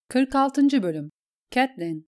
46. Bölüm. Catelyn.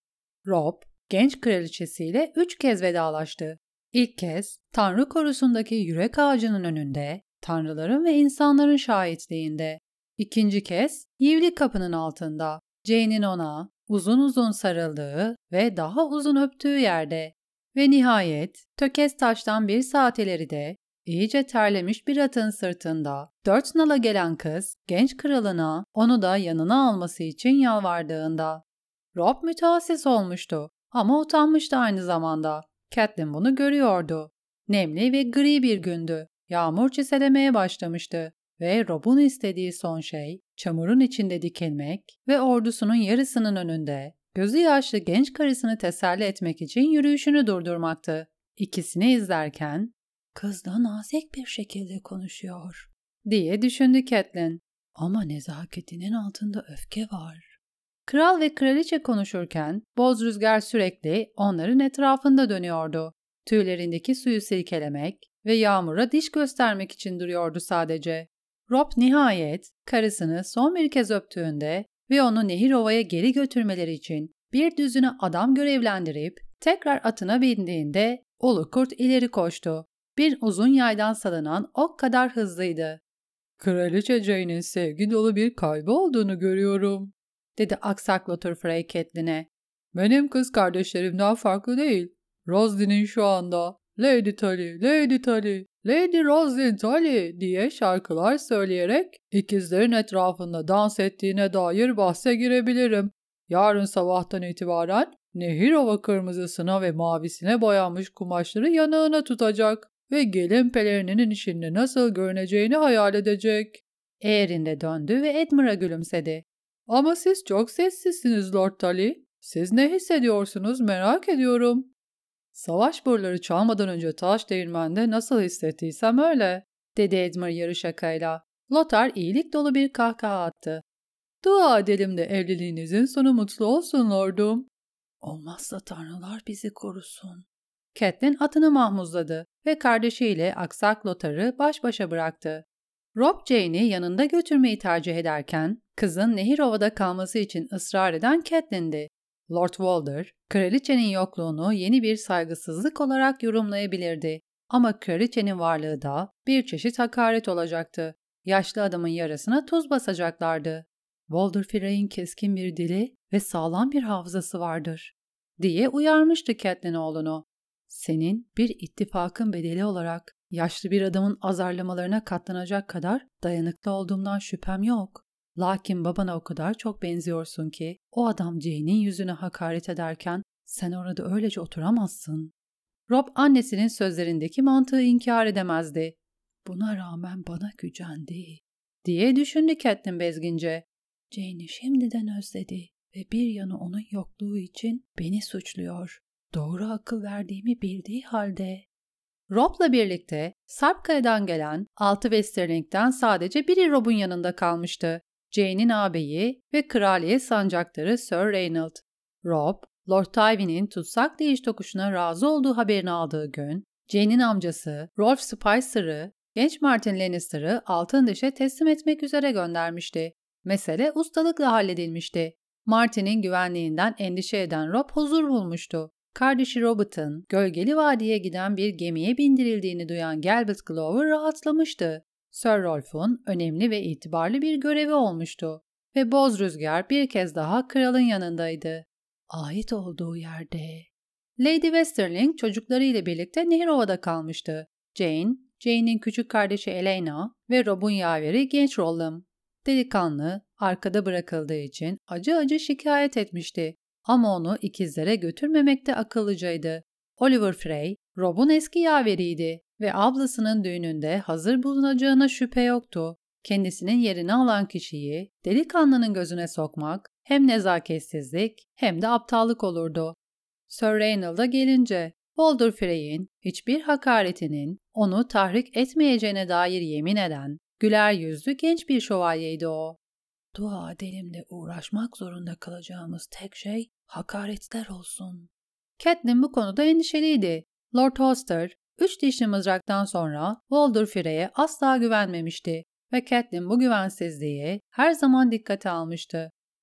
Robb, genç kraliçesiyle 3 kez vedalaştı. İlk kez, Tanrı korusundaki yürek ağacının önünde, tanrıların ve insanların şahitliğinde. İkinci kez, Yivli kapının altında, Jaine'in ona uzun uzun sarıldığı ve daha uzun öptüğü yerde. Ve nihayet, tökez taştan bir saat ileride, İyice terlemiş bir atın sırtında, 4 nala gelen kız, genç kralına onu da yanına alması için yalvardığında. Robb mütehassıs olmuştu ama utanmıştı aynı zamanda. Catelyn bunu görüyordu. Nemli ve gri bir gündü. Yağmur çiselemeye başlamıştı ve Robb'un istediği son şey, çamurun içinde dikilmek ve ordusunun yarısının önünde, gözü yaşlı genç karısını teselli etmek için yürüyüşünü durdurmaktı. İkisini izlerken, "Kız da nazik bir şekilde konuşuyor," diye düşündü Catelyn. "Ama nezaketinin altında öfke var." Kral ve kraliçe konuşurken boz rüzgar sürekli onların etrafında dönüyordu. Tüylerindeki suyu silkelemek ve yağmura diş göstermek için duruyordu sadece. Robb nihayet karısını son bir kez öptüğünde ve onu Nehirova'ya geri götürmeleri için bir düzine adam görevlendirip tekrar atına bindiğinde Ulu Kurt ileri koştu. Bir uzun yaydan salınan ok kadar hızlıydı. "Kraliçe Jaine'in sevgi dolu bir kalbi olduğunu görüyorum," dedi aksak Lothar Frey Catelyn'e. "Benim kız kardeşlerimden farklı değil. Roslyn'in şu anda Lady Tully, Lady Tully, Lady Roslyn Tully diye şarkılar söyleyerek ikizlerin etrafında dans ettiğine dair bahse girebilirim. Yarın sabahtan itibaren Nehirova kırmızısına ve mavisine boyanmış kumaşları yanağına tutacak ve gelin pelerininin içinde nasıl görüneceğini hayal edecek." Eğerinde döndü ve Edmund'a gülümsedi. "Ama siz çok sessizsiniz Lord Tully. Siz ne hissediyorsunuz merak ediyorum." "Savaş boruları çalmadan önce taş değirmende nasıl hissettiysem öyle," dedi Edmund yarı şakayla. Lothar iyilik dolu bir kahkaha attı. "Dua edelim de evliliğinizin sonu mutlu olsun lordum." "Olmazsa tanrılar bizi korusun." Catelyn atını mahmuzladı ve kardeşiyle aksak Lothar'ı baş başa bıraktı. Robb Jaine'i yanında götürmeyi tercih ederken, kızın Nehirova'da kalması için ısrar eden Catelyn'di. Lord Walder, kraliçenin yokluğunu yeni bir saygısızlık olarak yorumlayabilirdi. Ama kraliçenin varlığı da bir çeşit hakaret olacaktı. Yaşlı adamın yarasına tuz basacaklardı. "Walder Frey'in keskin bir dili ve sağlam bir hafızası vardır," diye uyarmıştı Catelyn oğlunu. "Senin bir ittifakın bedeli olarak yaşlı bir adamın azarlamalarına katlanacak kadar dayanıklı olduğumdan şüphem yok. Lakin babana o kadar çok benziyorsun ki o adam Jaine'in yüzüne hakaret ederken sen orada öylece oturamazsın." Robb annesinin sözlerindeki mantığı inkar edemezdi. "Buna rağmen bana gücendi," diye düşündü Catelyn bezgince. "Jaine'i şimdiden özledi ve bir yanı onun yokluğu için beni suçluyor. Doğru akıl verdiğimi bildiği halde." Robb'la birlikte Sarpkaya'dan gelen 6 Westerling'den sadece biri Robb'un yanında kalmıştı. Jaine'in ağabeyi ve kraliye sancaktarı Sir Reynold. Robb, Lord Tywin'in tutsak değiş tokuşuna razı olduğu haberini aldığı gün, Jaine'in amcası Rolf Spicer'ı, genç Martin Lannister'ı Altındiş'e teslim etmek üzere göndermişti. Mesele ustalıkla halledilmişti. Martin'in güvenliğinden endişe eden Robb huzur bulmuştu. Kardeşi Robert'ın gölgeli vadiye giden bir gemiye bindirildiğini duyan Galbert Glover rahatlamıştı. Sir Rolf'un önemli ve itibarlı bir görevi olmuştu ve boz rüzgar bir kez daha kralın yanındaydı. Ait olduğu yerde. Lady Westerling çocuklarıyla birlikte Nehirova'da kalmıştı. Jaine'in küçük kardeşi Elena ve Robb'un yaveri genç Rollum. Delikanlı, arkada bırakıldığı için acı acı şikayet etmişti. Ama onu ikizlere götürmemekte akıllıcaydı. Oliver Frey, Robb'un eski yaveriydi ve ablasının düğününde hazır bulunacağına şüphe yoktu. Kendisinin yerini alan kişiyi delikanlının gözüne sokmak hem nezaketsizlik hem de aptallık olurdu. Sir Reynold'a gelince, Walder Frey'in hiçbir hakaretinin onu tahrik etmeyeceğine dair yemin eden, güler yüzlü genç bir şövalyeydi o. "Dua edelim de uğraşmak zorunda kalacağımız tek şey hakaretler olsun." Catelyn bu konuda endişeliydi. Lord Hoster, 3 dişli mızraktan sonra Walder Frey'e asla güvenmemişti ve Catelyn bu güvensizliği her zaman dikkate almıştı.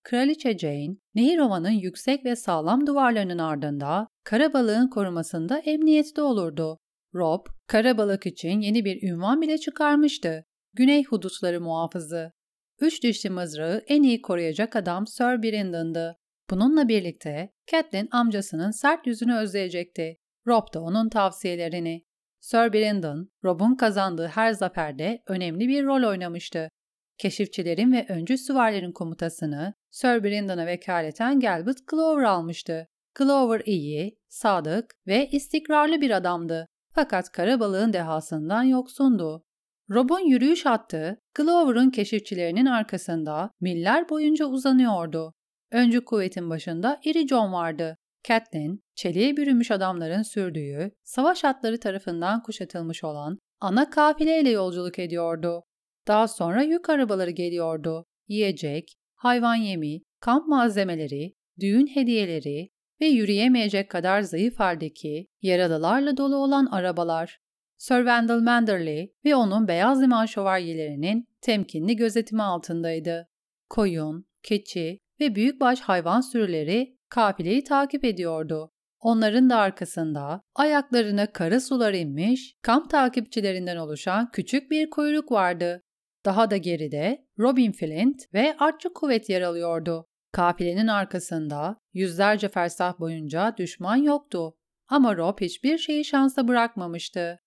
Kraliçe Jane, nehir ovanın yüksek ve sağlam duvarlarının ardında karabalığın korumasında emniyette olurdu. Robb, karabalık için yeni bir ünvan bile çıkarmıştı. Güney hudutları muhafızı. Üç dişli mızrağı en iyi koruyacak adam Sir Brandon'dı. Bununla birlikte Catelyn amcasının sert yüzünü özleyecekti. Robb da onun tavsiyelerini. Sir Brandon, Robb'un kazandığı her zaferde önemli bir rol oynamıştı. Keşifçilerin ve öncü süvarilerin komutasını Sir Brandon'a vekaleten Gelbert Glover almıştı. Glover iyi, sadık ve istikrarlı bir adamdı. Fakat karabalığın dehasından yoksundu. Robb'un yürüyüş hattı, Glover'ın keşifçilerinin arkasında miller boyunca uzanıyordu. Öncü kuvvetin başında iri Jon vardı. Catelyn, çeliğe bürünmüş adamların sürdüğü, savaş atları tarafından kuşatılmış olan ana kafileyle yolculuk ediyordu. Daha sonra yük arabaları geliyordu. Yiyecek, hayvan yemi, kamp malzemeleri, düğün hediyeleri ve yürüyemeyecek kadar zayıf haldeki, yaralılarla dolu olan arabalar. Sir Wendell Manderley ve onun beyaz liman şövalyelerinin temkinli gözetimi altındaydı. Koyun, keçi ve büyükbaş hayvan sürüleri kafileyi takip ediyordu. Onların da arkasında ayaklarına kara sular inmiş kamp takipçilerinden oluşan küçük bir kuyruk vardı. Daha da geride Robin Flint ve artçı kuvvet yer alıyordu. Kafilenin arkasında yüzlerce fersah boyunca düşman yoktu. Ama Robb hiçbir şeyi şansa bırakmamıştı.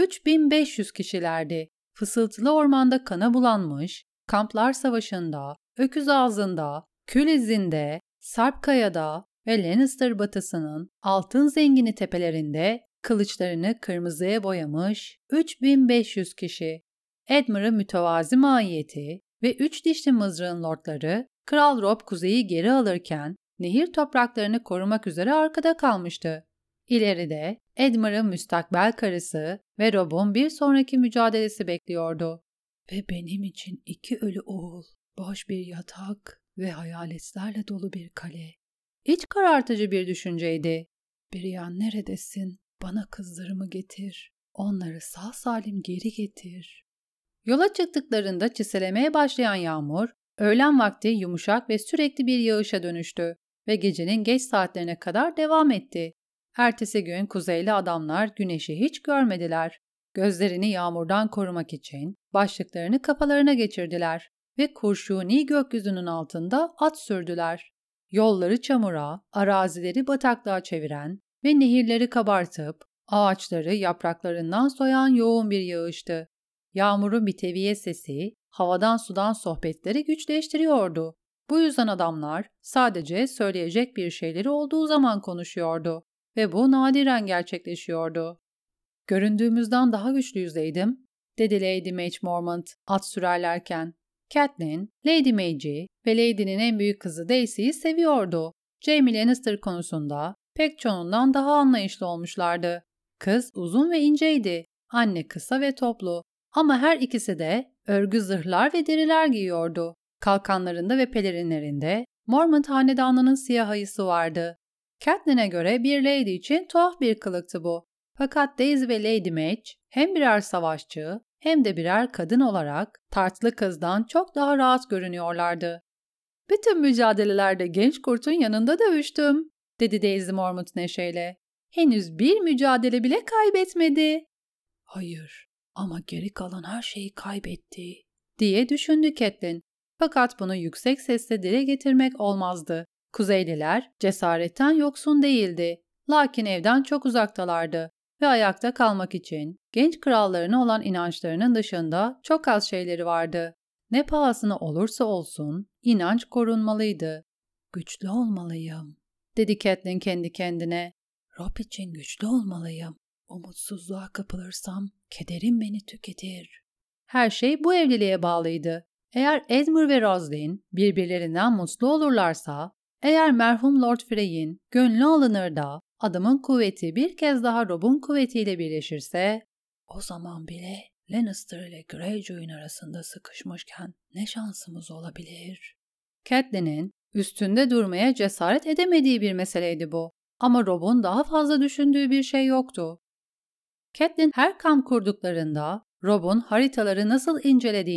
3500 kişilerdi. Fısıltılı ormanda kana bulanmış, Kamplar Savaşı'nda, Öküz Ağzı'nda, Kül İzzi'nde, Sarpkaya'da ve Lannister batısının altın zengini tepelerinde kılıçlarını kırmızıya boyamış 3500 kişi. Edmure'ın mütevazi mahiyeti ve üç dişli mızrağın lordları Kral Robb kuzeyi geri alırken nehir topraklarını korumak üzere arkada kalmıştı. İleride Edmure'ın müstakbel karısı ve Robb'un bir sonraki mücadelesi bekliyordu. Ve benim için 2 ölü oğul, boş bir yatak ve hayaletlerle dolu bir kale. İç karartıcı bir düşünceydi. Brienne neredesin? Bana kızlarımı getir. Onları sağ salim geri getir. Yola çıktıklarında çiselemeye başlayan yağmur, öğlen vakti yumuşak ve sürekli bir yağışa dönüştü ve gecenin geç saatlerine kadar devam etti. Ertesi gün kuzeyli adamlar güneşi hiç görmediler. Gözlerini yağmurdan korumak için başlıklarını kafalarına geçirdiler ve kurşuni gökyüzünün altında at sürdüler. Yolları çamura, arazileri bataklığa çeviren ve nehirleri kabartıp ağaçları yapraklarından soyan yoğun bir yağıştı. Yağmurun biteviye sesi, havadan sudan sohbetleri güçleştiriyordu. Bu yüzden adamlar sadece söyleyecek bir şeyleri olduğu zaman konuşuyordu ve bu nadiren gerçekleşiyordu. "Göründüğümüzden daha güçlüyüz Lady'm," dedi Lady Maege Mormont at sürerlerken. Catelyn, Lady Maege'i ve Lady'nin en büyük kızı Daisy'yi seviyordu. Jaime Lannister konusunda pek çoğundan daha anlayışlı olmuşlardı. Kız uzun ve inceydi, anne kısa ve toplu. Ama her ikisi de örgü zırhlar ve deriler giyiyordu. Kalkanlarında ve pelerinlerinde Mormont hanedanının siyah ayısı vardı. Catelyn'e göre bir lady için tuhaf bir kılıktı bu. Fakat Daisy ve Lady Maege hem birer savaşçı hem de birer kadın olarak tartlı kızdan çok daha rahat görünüyorlardı. "Bütün mücadelelerde genç kurtun yanında dövüştüm," dedi Daisy Mormont neşeyle. "Henüz bir mücadele bile kaybetmedi." "Hayır, ama geri kalan her şeyi kaybetti," diye düşündü Catelyn. Fakat bunu yüksek sesle dile getirmek olmazdı. Kuzeyliler cesaretten yoksun değildi. Lakin evden çok uzaktalardı ve ayakta kalmak için genç krallarına olan inançlarının dışında çok az şeyleri vardı. Ne pahasına olursa olsun inanç korunmalıydı. "Güçlü olmalıyım," dedi Catelyn kendi kendine. "Robb için güçlü olmalıyım. Umutsuzluğa kapılırsam kederim beni tüketir." Her şey bu evliliğe bağlıydı. Eğer Edmure ve Roslyn birbirlerinden mutlu olurlarsa, eğer merhum Lord Frey'in gönlü alınır da adamın kuvveti bir kez daha Robb'un kuvvetiyle birleşirse, o zaman bile Lannister ile Greyjoy'un arasında sıkışmışken ne şansımız olabilir? Catelyn'in üstünde durmaya cesaret edemediği bir meseleydi bu. Ama Robb'un daha fazla düşündüğü bir şey yoktu. Catelyn her kamp kurduklarında Robb'un haritaları nasıl incelediğini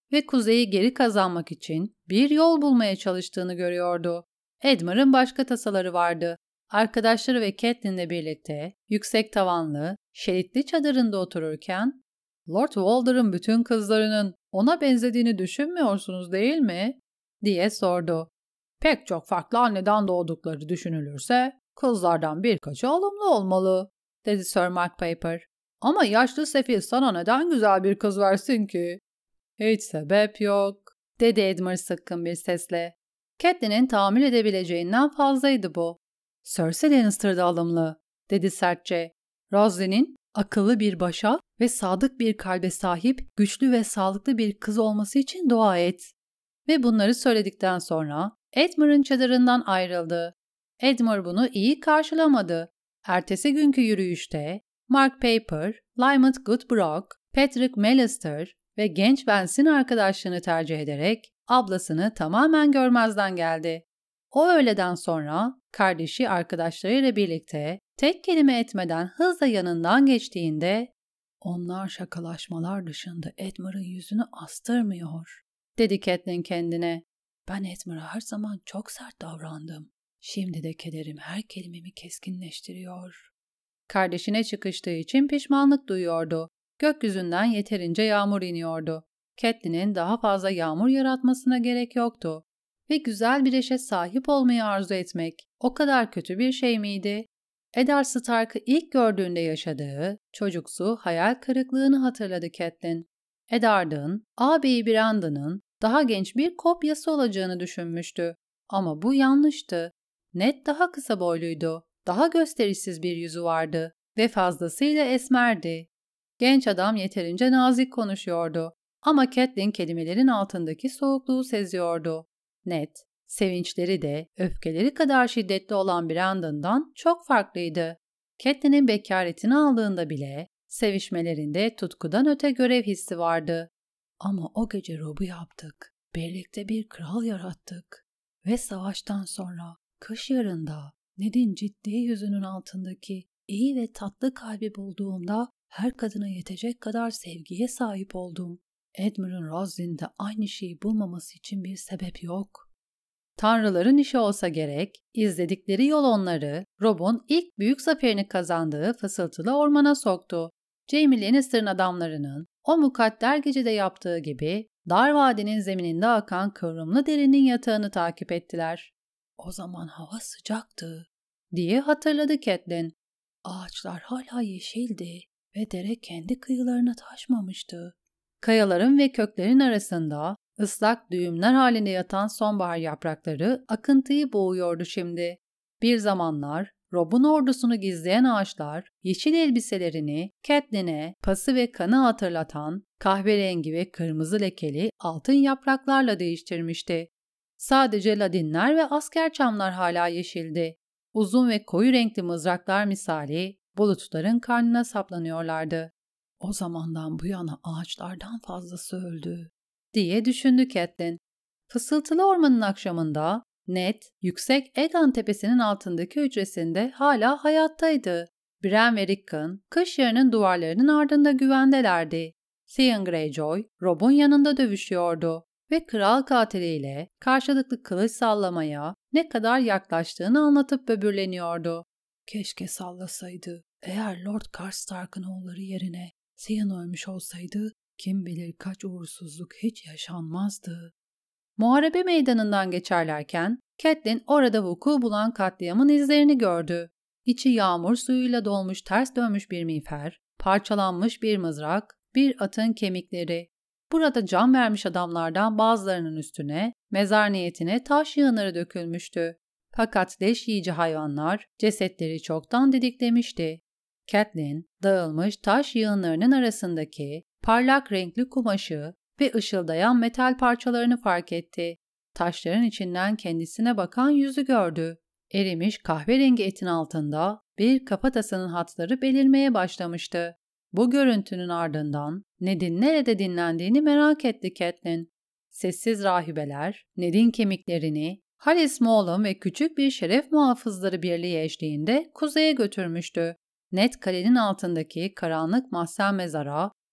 ve kuzeyi geri kazanmak için bir yol bulmaya çalıştığını görüyordu. Edmund'un başka tasaları vardı. Arkadaşları ve Catelyn'le birlikte yüksek tavanlı, şeritli çadırında otururken, "Lord Walder'ın bütün kızlarının ona benzediğini düşünmüyorsunuz değil mi?" diye sordu. "Pek çok farklı anneden doğdukları düşünülürse kızlardan birkaçı alımlı olmalı," dedi Sir Mark Piper. "Ama yaşlı sefil sana neden güzel bir kız versin ki?" "Hiç sebep yok," dedi Edmund sıkkın bir sesle. Catelyn'in tahammül edebileceğinden fazlaydı bu. "Cersei Lannister da alımlı," dedi sertçe. "Roslyn'in akıllı bir başa ve sadık bir kalbe sahip, güçlü ve sağlıklı bir kız olması için dua et." Ve bunları söyledikten sonra Edmund'un çadırından ayrıldı. Edmund bunu iyi karşılamadı. Ertesi günkü yürüyüşte Mark Piper, Lyman Goodbrook, Patrick Melister ve genç Vance'in arkadaşlığını tercih ederek ablasını tamamen görmezden geldi. O öğleden sonra kardeşi arkadaşlarıyla birlikte tek kelime etmeden hızla yanından geçtiğinde "Onlar şakalaşmalar dışında Edmund'un yüzünü astırmıyor," dedi Catelyn kendine. "Ben Edmund'a her zaman çok sert davrandım. Şimdi de kederim her kelimemi keskinleştiriyor." Kardeşine çıkıştığı için pişmanlık duyuyordu. Gökyüzünden yeterince yağmur iniyordu. Catelyn'in daha fazla yağmur yaratmasına gerek yoktu. Ve güzel bir eşe sahip olmayı arzu etmek o kadar kötü bir şey miydi? Eddard Stark'ı ilk gördüğünde yaşadığı çocuksu hayal kırıklığını hatırladı Catelyn. Eddard'ın, ağabeyi Brandon'ın daha genç bir kopyası olacağını düşünmüştü. Ama bu yanlıştı. Ned daha kısa boyluydu, daha gösterişsiz bir yüzü vardı ve fazlasıyla esmerdi. Genç adam yeterince nazik konuşuyordu ama Catelyn kelimelerin altındaki soğukluğu seziyordu. Ned, sevinçleri de öfkeleri kadar şiddetli olan Brandon'dan çok farklıydı. Catelyn'in bekaretini aldığında bile sevişmelerinde tutkudan öte görev hissi vardı. "Ama o gece Rob'u yaptık. Birlikte bir kral yarattık. Ve savaştan sonra, kış yarında, Ned'in ciddi yüzünün altındaki iyi ve tatlı kalbi bulduğumda her kadına yetecek kadar sevgiye sahip oldum. Edmund'un Roslyn'de aynı şeyi bulmaması için bir sebep yok." Tanrıların işi olsa gerek, izledikleri yol onları Robb'un ilk büyük zaferini kazandığı fısıltılı ormana soktu. Jaime Lannister'ın adamlarının o mukadder gecede yaptığı gibi dar vadinin zemininde akan kıvrımlı derinin yatağını takip ettiler. "O zaman hava sıcaktı," diye hatırladı Catelyn. "Ağaçlar hala yeşildi ve dere kendi kıyılarına taşmamıştı." Kayaların ve köklerin arasında ıslak düğümler halinde yatan sonbahar yaprakları akıntıyı boğuyordu şimdi. Bir zamanlar Robb'un ordusunu gizleyen ağaçlar yeşil elbiselerini Catelyn'e pası ve kanı hatırlatan kahverengi ve kırmızı lekeli altın yapraklarla değiştirmişti. Sadece ladinler ve asker çamlar hala yeşildi. Uzun ve koyu renkli mızraklar misali bulutların karnına saplanıyorlardı. "O zamandan bu yana ağaçlardan fazlası öldü," diye düşündü Catelyn. Fısıltılı ormanın akşamında Ned, yüksek Egan tepesinin altındaki hücresinde hala hayattaydı. Bran ve Rickon, kış yarının duvarlarının ardında güvendelerdi. Theon Greyjoy, Robb'un yanında dövüşüyordu ve kral katiliyle karşılıklı kılıç sallamaya ne kadar yaklaştığını anlatıp böbürleniyordu. "Keşke sallasaydı. Eğer Lord Karstark'ın oğulları yerine Theon ölmüş olsaydı, kim bilir kaç uğursuzluk hiç yaşanmazdı." Muharebe meydanından geçerlerken Catelyn orada vuku bulan katliamın izlerini gördü. İçi yağmur suyuyla dolmuş ters dönmüş bir miğfer, parçalanmış bir mızrak, bir atın kemikleri. Burada can vermiş adamlardan bazılarının üstüne mezar niyetine taş yığınları dökülmüştü. Fakat leş yiyici hayvanlar cesetleri çoktan didiklemişti. Catelyn, dağılmış taş yığınlarının arasındaki parlak renkli kumaşı ve ışıldayan metal parçalarını fark etti. Taşların içinden kendisine bakan yüzü gördü. Erimiş kahverengi etin altında bir kafatasının hatları belirmeye başlamıştı. Bu görüntünün ardından Ned'in nerede dinlendiğini merak etti Catelyn. Sessiz rahibeler, Ned'in kemiklerini Halis Moğol'un ve küçük bir şeref muhafızları birliği eşliğinde kuzeye götürmüştü. Ned kalenin altındaki karanlık mahzen mezara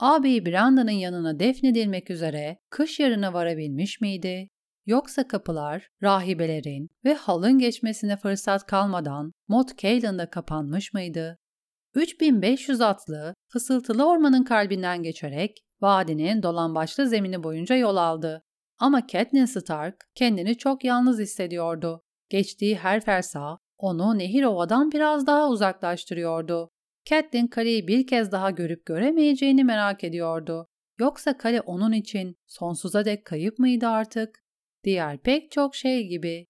ağabeyi Brandon'ın yanına defnedilmek üzere kış yarına varabilmiş miydi? Yoksa kapılar, rahibelerin ve halın geçmesine fırsat kalmadan Moat Caillin'da kapanmış mıydı? 3500 atlı, fısıltılı ormanın kalbinden geçerek vadinin dolambaçlı zemini boyunca yol aldı. Ama Catelyn Stark kendini çok yalnız hissediyordu. Geçtiği her fersah onu Nehir Ova'dan biraz daha uzaklaştırıyordu. Catelyn kaleyi bir kez daha görüp göremeyeceğini merak ediyordu. Yoksa kale onun için sonsuza dek kayıp mıydı artık? Diğer pek çok şey gibi.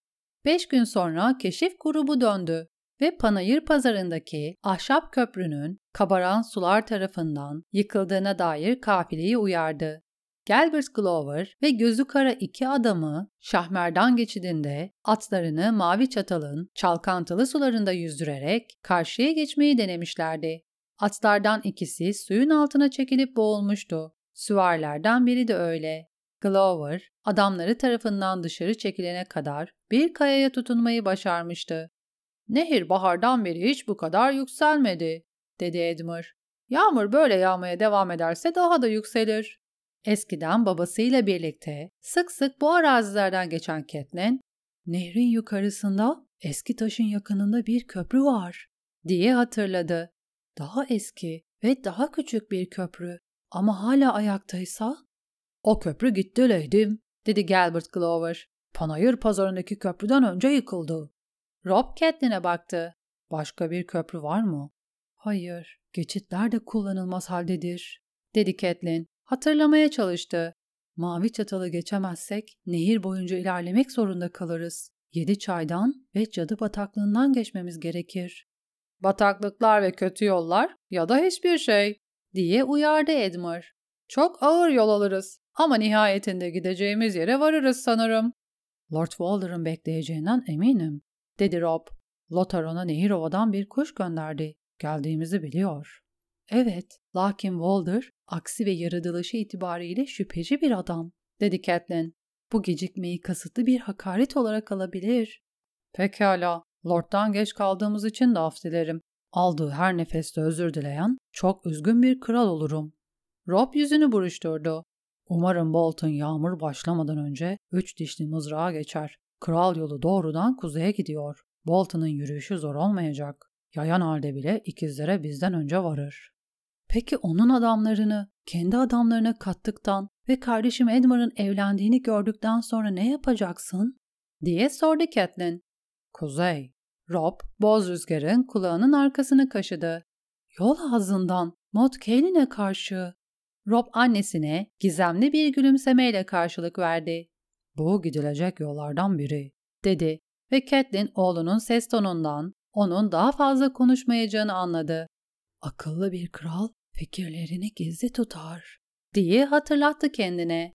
5 gün sonra keşif grubu döndü ve Panayır pazarındaki ahşap köprünün kabaran sular tarafından yıkıldığına dair kafileyi uyardı. Galbert Glover ve gözü kara iki adamı Şahmerdan geçidinde atlarını Mavi Çatal'ın çalkantılı sularında yüzdürerek karşıya geçmeyi denemişlerdi. Atlardan ikisi suyun altına çekilip boğulmuştu. Süvarilerden biri de öyle. Glover, adamları tarafından dışarı çekilene kadar bir kayaya tutunmayı başarmıştı. "Nehir bahardan beri hiç bu kadar yükselmedi," dedi Edmure. "Yağmur böyle yağmaya devam ederse daha da yükselir." Eskiden babasıyla birlikte sık sık bu arazilerden geçen Catelyn, "Nehrin yukarısında eski taşın yakınında bir köprü var," diye hatırladı. Daha eski ve daha küçük bir köprü ama hala ayaktaysa? "O köprü gitti leydim," dedi Galbert Glover. "Panayır pazarındaki köprüden önce yıkıldı." Robb Catelyn'e baktı. "Başka bir köprü var mı?" "Hayır, geçitler de kullanılmaz haldedir," dedi Catelyn. Hatırlamaya çalıştı. "Mavi Çatalı geçemezsek nehir boyunca ilerlemek zorunda kalırız. 7 çaydan ve Cadı Bataklığından geçmemiz gerekir." "Bataklıklar ve kötü yollar ya da hiçbir şey," diye uyardı Edmure. "Çok ağır yol alırız ama nihayetinde gideceğimiz yere varırız sanırım." "Lord Walder'ın bekleyeceğinden eminim," dedi Robb. "Lothar ona Nehir Ova'dan bir kuş gönderdi. Geldiğimizi biliyor." "Evet, lakin Walder aksi ve yaratılışı itibariyle şüpheci bir adam," dedi Catelyn. "Bu gecikmeyi kasıtlı bir hakaret olarak alabilir." "Pekala, Lord'dan geç kaldığımız için de af dilerim. Aldığı her nefeste özür dileyen çok üzgün bir kral olurum." Robb yüzünü buruşturdu. "Umarım Bolton yağmur başlamadan önce 3 dişli mızrağa geçer. Kral yolu doğrudan kuzeye gidiyor. Bolton'un yürüyüşü zor olmayacak. Yayan halde bile ikizlere bizden önce varır." "Peki onun adamlarını kendi adamlarına kattıktan ve kardeşim Edmure'ın evlendiğini gördükten sonra ne yapacaksın?" diye sordu Catelyn. "Kuzey." Robb, boz rüzgarın kulağının arkasını kaşıdı. "Yol ağzından Moat Caillin'e karşı." Robb annesine gizemli bir gülümsemeyle karşılık verdi. "Bu gidilecek yollardan biri," dedi ve Catelyn oğlunun ses tonundan onun daha fazla konuşmayacağını anladı. "Akıllı bir kral fikirlerini gizli tutar," diye hatırlattı kendine.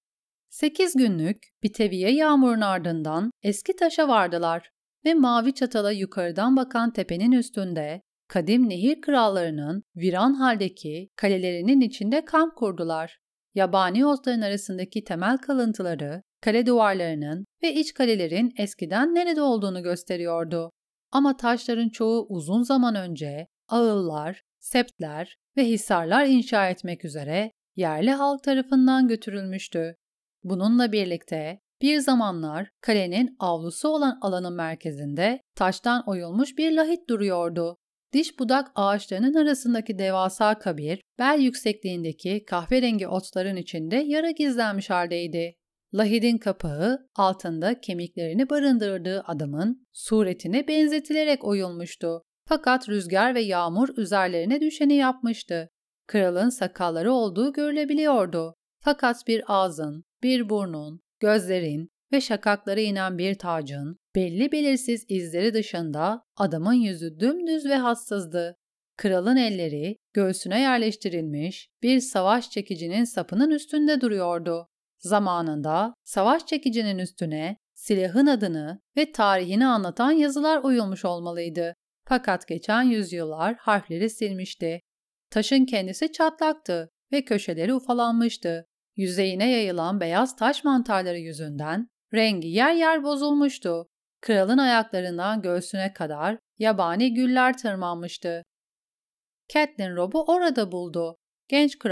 8 günlük biteviye yağmurun ardından eski taşa vardılar ve Mavi Çatal'a yukarıdan bakan tepenin üstünde kadim nehir krallarının viran haldeki kalelerinin içinde kamp kurdular. Yabani otların arasındaki temel kalıntıları, kale duvarlarının ve iç kalelerin eskiden nerede olduğunu gösteriyordu. Ama taşların çoğu uzun zaman önce ağıllar, septler ve hisarlar inşa etmek üzere yerli halk tarafından götürülmüştü. Bununla birlikte bir zamanlar kalenin avlusu olan alanın merkezinde taştan oyulmuş bir lahit duruyordu. Diş budak ağaçlarının arasındaki devasa kabir, bel yüksekliğindeki kahverengi otların içinde yara gizlenmiş haldeydi. Lahidin kapağı altında kemiklerini barındırdığı adamın suretine benzetilerek oyulmuştu. Fakat rüzgar ve yağmur üzerlerine düşeni yapmıştı. Kralın sakalları olduğu görülebiliyordu. Fakat bir ağzın, bir burnun, gözlerin ve şakaklara inen bir tacın belli belirsiz izleri dışında adamın yüzü dümdüz ve hassızdı. Kralın elleri göğsüne yerleştirilmiş bir savaş çekicinin sapının üstünde duruyordu. Zamanında savaş çekicinin üstüne silahın adını ve tarihini anlatan yazılar oyulmuş olmalıydı. Fakat geçen yüzyıllar harfleri silmişti. Taşın kendisi çatlaktı ve köşeleri ufalanmıştı. Yüzeyine yayılan beyaz taş mantarları yüzünden rengi yer yer bozulmuştu. Kralın ayaklarından göğsüne kadar yabani güller tırmanmıştı. Catelyn Robb'u orada buldu. Genç kral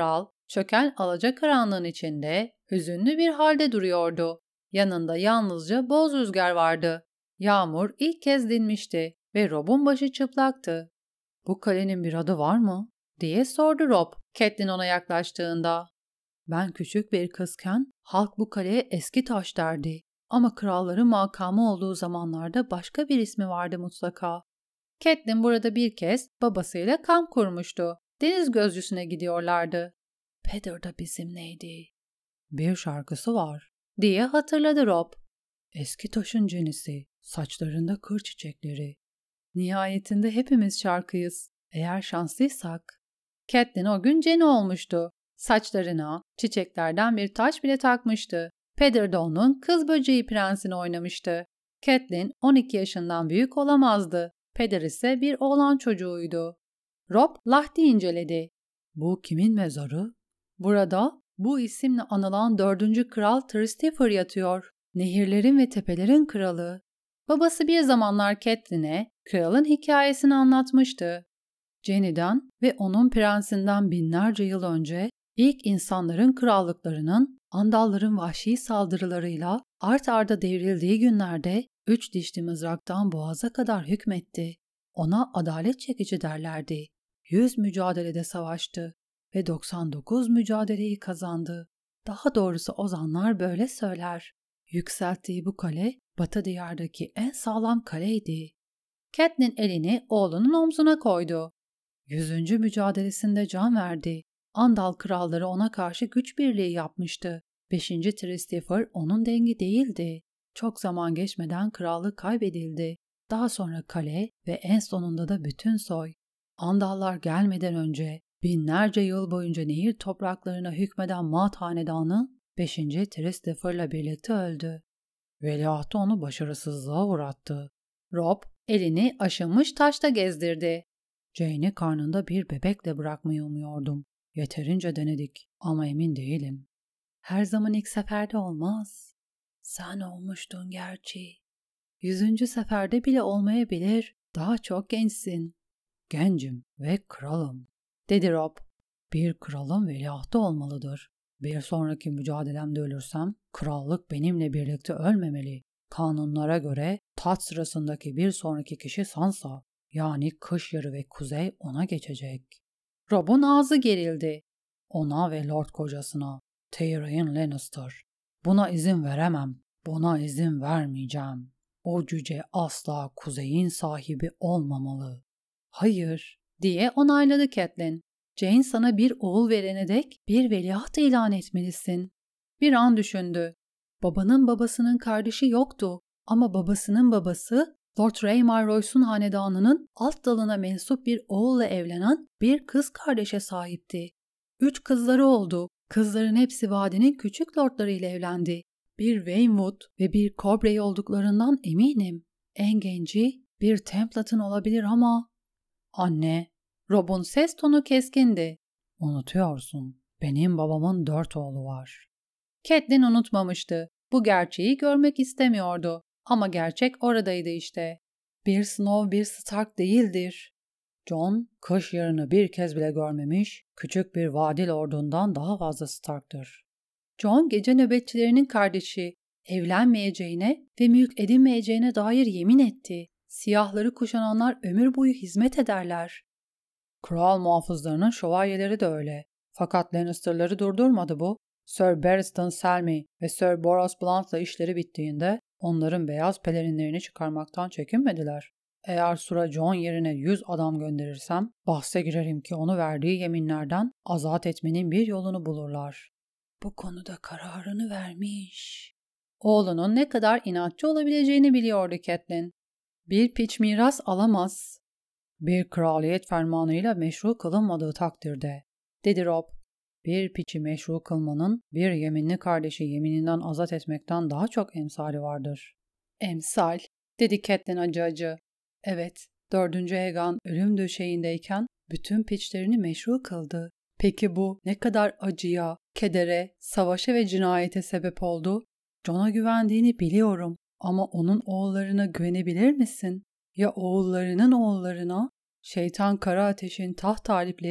Çöken alacakaranlığın içinde hüzünlü bir halde duruyordu. Yanında yalnızca boz rüzgar vardı. Yağmur ilk kez dinmişti ve Rob'un başı çıplaktı. "Bu kalenin bir adı var mı?" diye sordu Rob, Catelyn ona yaklaştığında. "Ben küçük bir kızken halk bu kaleye eski taş derdi. Ama kralların makamı olduğu zamanlarda başka bir ismi vardı mutlaka." Catelyn burada bir kez babasıyla kamp kurmuştu. Deniz gözcüsüne gidiyorlardı. "Peder da bizimleydi. Bir şarkısı var," diye hatırladı Rob. "Eski taşın cenisi, saçlarında kır çiçekleri. Nihayetinde hepimiz şarkıyız, eğer şanslıysak." Catelyn o gün Ceni olmuştu. Saçlarına çiçeklerden bir taç bile takmıştı. Peder de onun kız böceği prensini oynamıştı. Catelyn 12 yaşından büyük olamazdı. Peder ise bir oğlan çocuğuydu. Rob Lahti inceledi. "Bu kimin mezarı?" "Burada bu isimle anılan 4. Kral Tristifer yatıyor. Nehirlerin ve tepelerin kralı." Babası bir zamanlar Catelyn'e kralın hikayesini anlatmıştı. Jeni'den ve onun prensinden binlerce yıl önce ilk insanların krallıklarının Andalların vahşi saldırılarıyla art arda devrildiği günlerde 3 dişli mızraktan boğaza kadar hükmetti. Ona adalet çekici derlerdi. 100 mücadelede savaştı ve 99 mücadeleyi kazandı. Daha doğrusu ozanlar böyle söyler. Yükselttiği bu kale Batı diyardaki en sağlam kaleydi. Catelyn elini oğlunun omzuna koydu. 100. mücadelesinde can verdi. Andal kralları ona karşı güç birliği yapmıştı. 5. Tristifer onun dengi değildi. Çok zaman geçmeden krallık kaybedildi. Daha sonra kale ve en sonunda da bütün soy. Andallar gelmeden önce binlerce yıl boyunca nehir topraklarına hükmeden Mat hanedanı 5. Tristifer'la birlikte öldü. Veliahtı onu başarısızlığa uğrattı. Rob elini aşınmış taşta gezdirdi. "Jane'i karnında bir bebekle bırakmayı umuyordum. Yeterince denedik ama emin değilim." "Her zaman ilk seferde olmaz." "Sen olmuştun gerçi." 100. seferde bile olmayabilir. Daha çok gençsin." "Gencim ve kralım," dedi Rob. "Bir kralın veliahtı olmalıdır. Bir sonraki mücadelemde ölürsem krallık benimle birlikte ölmemeli. Kanunlara göre taht sırasındaki bir sonraki kişi Sansa, yani kış yarı ve kuzey ona geçecek." Rob'un ağzı gerildi. "Ona ve Lord kocasına, Tyrion Lannister. Buna izin veremem. Buna izin vermeyeceğim. O cüce asla kuzeyin sahibi olmamalı." "Hayır," diye onayladı Catelyn. "Jane sana bir oğul verene dek bir veliaht ilan etmelisin." Bir an düşündü. Babanın babasının kardeşi yoktu ama babasının babası Lord Rhaemar Royce'un hanedanının alt dalına mensup bir oğulla evlenen bir kız kardeşe sahipti. 3 kızları oldu. Kızların hepsi vadinin küçük lordlarıyla evlendi. Bir Waynwood ve bir Corbray olduklarından eminim. En genci bir Templeton olabilir ama... "Anne," Rob'un ses tonu keskindi. "Unutuyorsun. Benim babamın 4 oğlu var." Catelyn unutmamıştı. Bu gerçeği görmek istemiyordu. Ama gerçek oradaydı işte. "Bir Snow bir Stark değildir." "Jon, kış yarını bir kez bile görmemiş, küçük bir vadi lordundan daha fazla Stark'tır." "Jon gece nöbetçilerinin kardeşi. Evlenmeyeceğine ve mülk edinmeyeceğine dair yemin etti. Siyahları kuşananlar ömür boyu hizmet ederler." "Kral muhafızlarının şövalyeleri de öyle. Fakat Lannister'ları durdurmadı bu. Sir Barristan Selmy ve Sir Boros Blount'la işleri bittiğinde onların beyaz pelerinlerini çıkarmaktan çekinmediler. Eğer Sura Jon yerine 100 adam gönderirsem bahse girerim ki onu verdiği yeminlerden azat etmenin bir yolunu bulurlar." "Bu konuda kararını vermiş." Oğlunun ne kadar inatçı olabileceğini biliyordu Catelyn. "Bir piç miras alamaz." "Bir kraliyet fermanıyla meşru kılınmadığı takdirde," dedi Rob. "Bir piçi meşru kılmanın bir yeminli kardeşi yemininden azat etmekten daha çok emsali vardır." "Emsal," dedi Catelyn acı acı. "Evet, 4. Aegon ölüm döşeğindeyken bütün piçlerini meşru kıldı. Peki bu ne kadar acıya, kedere, savaşa ve cinayete sebep oldu? Jon'a güvendiğini biliyorum ama onun oğullarına güvenebilir misin? Ya oğullarının oğullarına? Şeytan Kara Ateş'in taht talipleri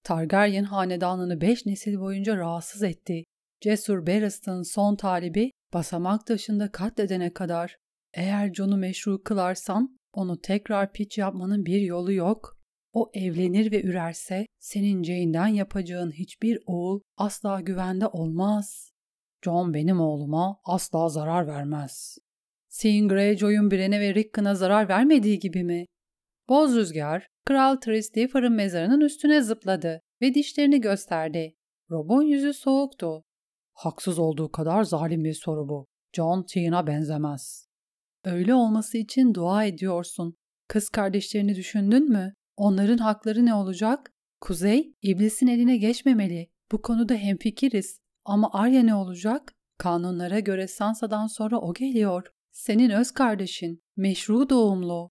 Targaryen hanedanını 5 nesil boyunca rahatsız etti. Cesur Barristan son talibi basamak taşında katledene kadar. Eğer Jon'u meşru kılarsan onu tekrar piç yapmanın bir yolu yok. O evlenir ve ürerse senin Jaime'den yapacağın hiçbir oğul asla güvende olmaz. Jon benim oğluma asla zarar vermez. Theon Greyjoy'un Brienne ve Rickon'a zarar vermediği gibi mi? Boz rüzgar, Kral Tristiffer'ın mezarının üstüne zıpladı ve dişlerini gösterdi. Robb'un yüzü soğuktu. Haksız olduğu kadar zalim bir soru bu. Jon Theon'a benzemez. Öyle olması için dua ediyorsun. Kız kardeşlerini düşündün mü? Onların hakları ne olacak? Kuzey, iblisin eline geçmemeli. Bu konuda hemfikiriz. Ama Arya ne olacak? Kanunlara göre Sansa'dan sonra o geliyor. Senin öz kardeşin, meşru doğumlu.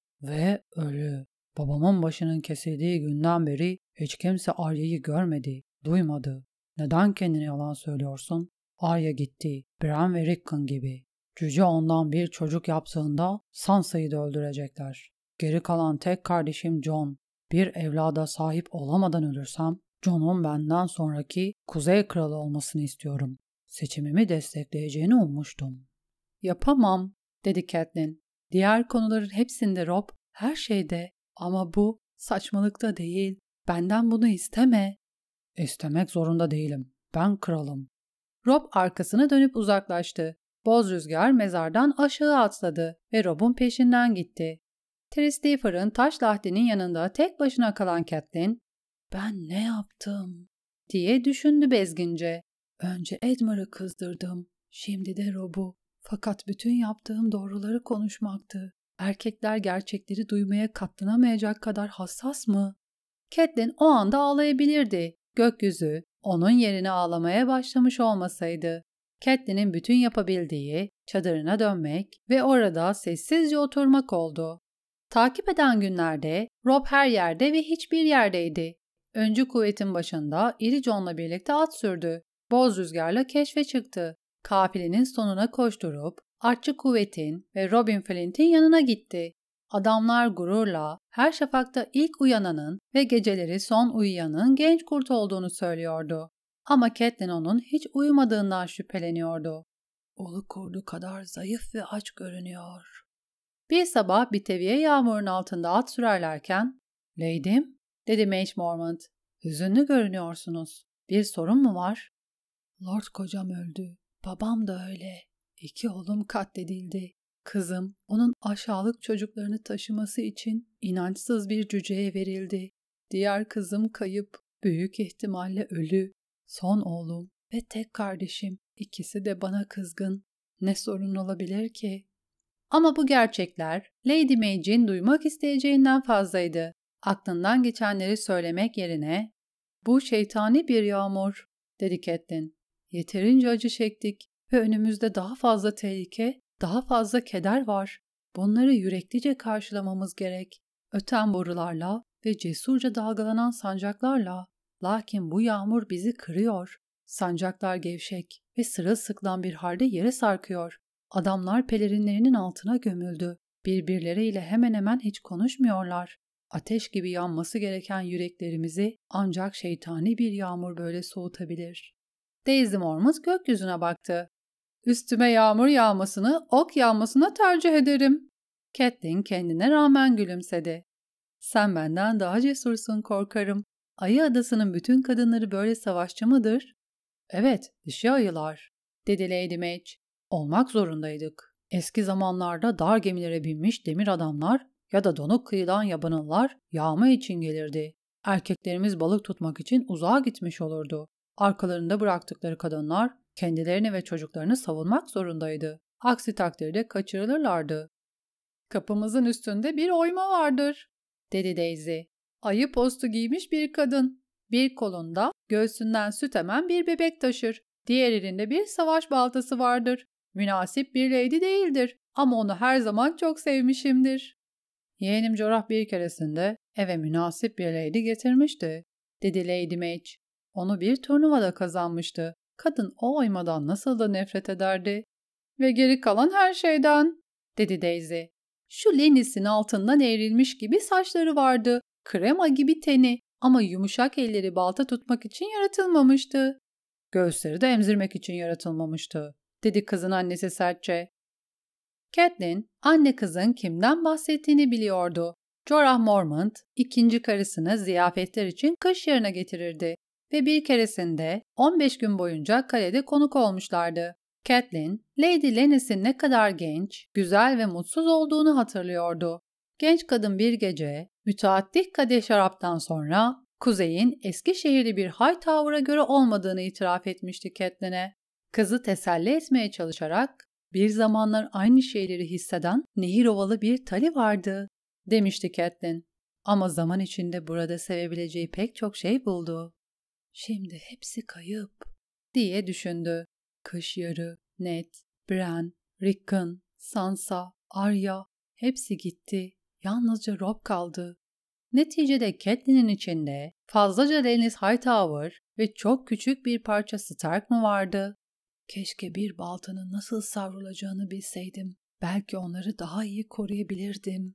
Ve ölü. Babamın başının kesildiği günden beri hiç kimse Arya'yı görmedi, duymadı. Neden kendine yalan söylüyorsun? Arya gitti, Bran ve Rickon gibi. Cüce ondan bir çocuk yaptığında Sansa'yı da öldürecekler. Geri kalan tek kardeşim Jon. Bir evlada sahip olamadan ölürsem, Jon'un benden sonraki Kuzey Kralı olmasını istiyorum. Seçimimi destekleyeceğini ummuştum. Yapamam, dedi Catelyn. Diğer konuların hepsinde Robb, her şeyde, ama bu saçmalıkta değil. Benden bunu isteme. İstemek zorunda değilim. Ben kralım. Robb arkasını dönüp uzaklaştı. Boz rüzgar mezardan aşağı atladı ve Robb'un peşinden gitti. Tristiffer'ın taş lahdinin yanında tek başına kalan Catelyn, "Ben ne yaptım?" diye düşündü bezgince. "Önce Edmund'u kızdırdım, şimdi de Robb'u. Fakat bütün yaptığım doğruları konuşmaktı. Erkekler gerçekleri duymaya katlanamayacak kadar hassas mı?" Catelyn o anda ağlayabilirdi. Gökyüzü onun yerine ağlamaya başlamış olmasaydı. Catelyn'in bütün yapabildiği çadırına dönmek ve orada sessizce oturmak oldu. Takip eden günlerde Robb her yerde ve hiçbir yerdeydi. Öncü kuvvetin başında iri Jon'la birlikte at sürdü. Boz rüzgarla keşfe çıktı. Kafilenin sonuna koşturup artçı kuvvetin ve Robin Flint'in yanına gitti. Adamlar gururla her şafakta ilk uyananın ve geceleri son uyuyanın genç kurt olduğunu söylüyordu. Ama Catelyn onun hiç uyumadığından şüpheleniyordu. "Ulu kurdu kadar zayıf ve aç görünüyor." Bir sabah biteviye yağmurun altında at sürerlerken, "Lady'm," dedi Maege Mormont, "hüzünlü görünüyorsunuz. Bir sorun mu var?" "Lord kocam öldü. Babam da öyle. 2 oğlum katledildi. Kızım onun aşağılık çocuklarını taşıması için inançsız bir cüceye verildi. Diğer kızım kayıp, büyük ihtimalle ölü. Son oğlum ve tek kardeşim, ikisi de bana kızgın. Ne sorun olabilir ki?" Ama bu gerçekler Lady Maege'in duymak isteyeceğinden fazlaydı. Aklından geçenleri söylemek yerine, "Bu şeytani bir yağmur," dedi Catelyn. "Yeterince acı çektik ve önümüzde daha fazla tehlike, daha fazla keder var. Bunları yüreklice karşılamamız gerek. Öten borularla ve cesurca dalgalanan sancaklarla. Lakin bu yağmur bizi kırıyor. Sancaklar gevşek ve sırılsıklam bir halde yere sarkıyor. Adamlar pelerinlerinin altına gömüldü. Birbirleriyle hemen hemen hiç konuşmuyorlar. Ateş gibi yanması gereken yüreklerimizi ancak şeytani bir yağmur böyle soğutabilir." Daisy Mormont gökyüzüne baktı. "Üstüme yağmur yağmasını ok yağmasına tercih ederim." Catelyn kendine rağmen gülümsedi. "Sen benden daha cesursun korkarım. Ayı Adası'nın bütün kadınları böyle savaşçı mıdır?" "Evet, dişi ayılar," dedi Lady Maege. "Olmak zorundaydık. Eski zamanlarda dar gemilere binmiş demir adamlar ya da donuk kıyıdan yabanıllar yağma için gelirdi. Erkeklerimiz balık tutmak için uzağa gitmiş olurdu. Arkalarında bıraktıkları kadınlar kendilerini ve çocuklarını savunmak zorundaydı. Aksi takdirde kaçırılırlardı." "Kapımızın üstünde bir oyma vardır," dedi Daisy. "Ayı postu giymiş bir kadın. Bir kolunda göğsünden süt emen bir bebek taşır. Diğer elinde bir savaş baltası vardır. Münasip bir lady değildir ama onu her zaman çok sevmişimdir." "Yeğenim Jorah bir keresinde eve münasip bir lady getirmişti," dedi Lady Maege. "Onu bir turnuvada kazanmıştı. Kadın o oymadan nasıl da nefret ederdi." "Ve geri kalan her şeyden," dedi Daisy. "Şu Lennis'in altından eğrilmiş gibi saçları vardı. Krema gibi teni. Ama yumuşak elleri balta tutmak için yaratılmamıştı. Göğüsleri de emzirmek için yaratılmamıştı, dedi kızın annesi sertçe. Catelyn, anne kızın kimden bahsettiğini biliyordu. Jorah Mormont, ikinci karısını ziyafetler için kış yarına getirirdi ve bir keresinde 15 gün boyunca kalede konuk olmuşlardı. Catelyn, Lady Lennis'in ne kadar genç, güzel ve mutsuz olduğunu hatırlıyordu. Genç kadın bir gece, müteaddit kadeh şaraptan sonra, kuzeyin Eskişehirli bir Hightower'a göre olmadığını itiraf etmişti Catelyn'e. Kızı teselli etmeye çalışarak, bir zamanlar aynı şeyleri hisseden nehir ovalı bir Tali vardı, demişti Catelyn. Ama zaman içinde burada sevebileceği pek çok şey buldu. Şimdi hepsi kayıp, diye düşündü. Kış yarı, Ned, Bran, Rickon, Sansa, Arya hepsi gitti. Yalnızca Robb kaldı. Neticede Catelyn'in içinde fazlaca Lennis Hightower ve çok küçük bir parça Stark mı vardı? Keşke bir baltanın nasıl savrulacağını bilseydim. Belki onları daha iyi koruyabilirdim.